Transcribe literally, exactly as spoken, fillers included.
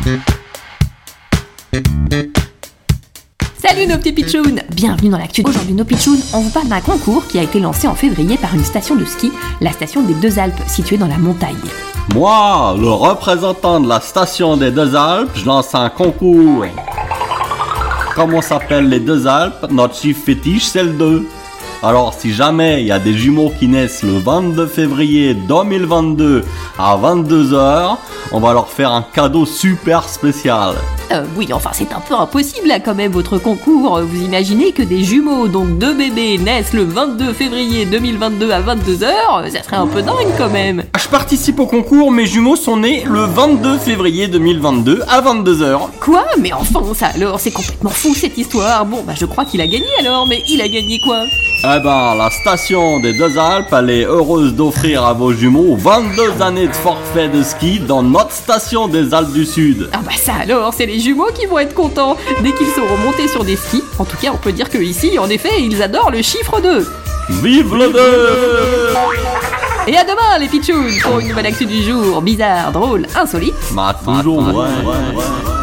Salut nos petits pitchouns, bienvenue dans l'actu. Aujourd'hui nos pitchouns, on vous parle d'un concours qui a été lancé en février par une station de ski, la station des Deux Alpes, située dans la montagne. Moi, le représentant de la station des Deux Alpes, je lance un concours. Comme on s'appelle les Deux Alpes, notre chiffre fétiche c'est le deux. Alors si jamais il y a des jumeaux qui naissent le vingt-deux février deux mille vingt-deux à vingt-deux heures, on va leur faire un cadeau super spécial. Euh, oui, enfin c'est un peu impossible là quand même votre concours. Vous imaginez que des jumeaux, donc deux bébés, naissent le vingt-deux février deux mille vingt-deux à vingt-deux heures? Ça serait un peu dingue quand même. Je participe au concours, mes jumeaux sont nés le vingt-deux février deux mille vingt-deux à vingt-deux heures. Quoi? Mais enfin ça alors, c'est complètement fou cette histoire. Bon bah je crois qu'il a gagné alors, mais il a gagné quoi? Eh ben, la station des Deux Alpes, elle est heureuse d'offrir à vos jumeaux vingt-deux années de forfait de ski dans notre station des Alpes du Sud. Ah bah ça alors, c'est les jumeaux qui vont être contents dès qu'ils seront montés sur des skis. En tout cas, on peut dire que ici, en effet, ils adorent le chiffre deux. Vive le deux! Et à demain les pitchouns pour une nouvelle actu du jour, bizarre, drôle, insolite. Bah toujours, ouais, ouais, ouais.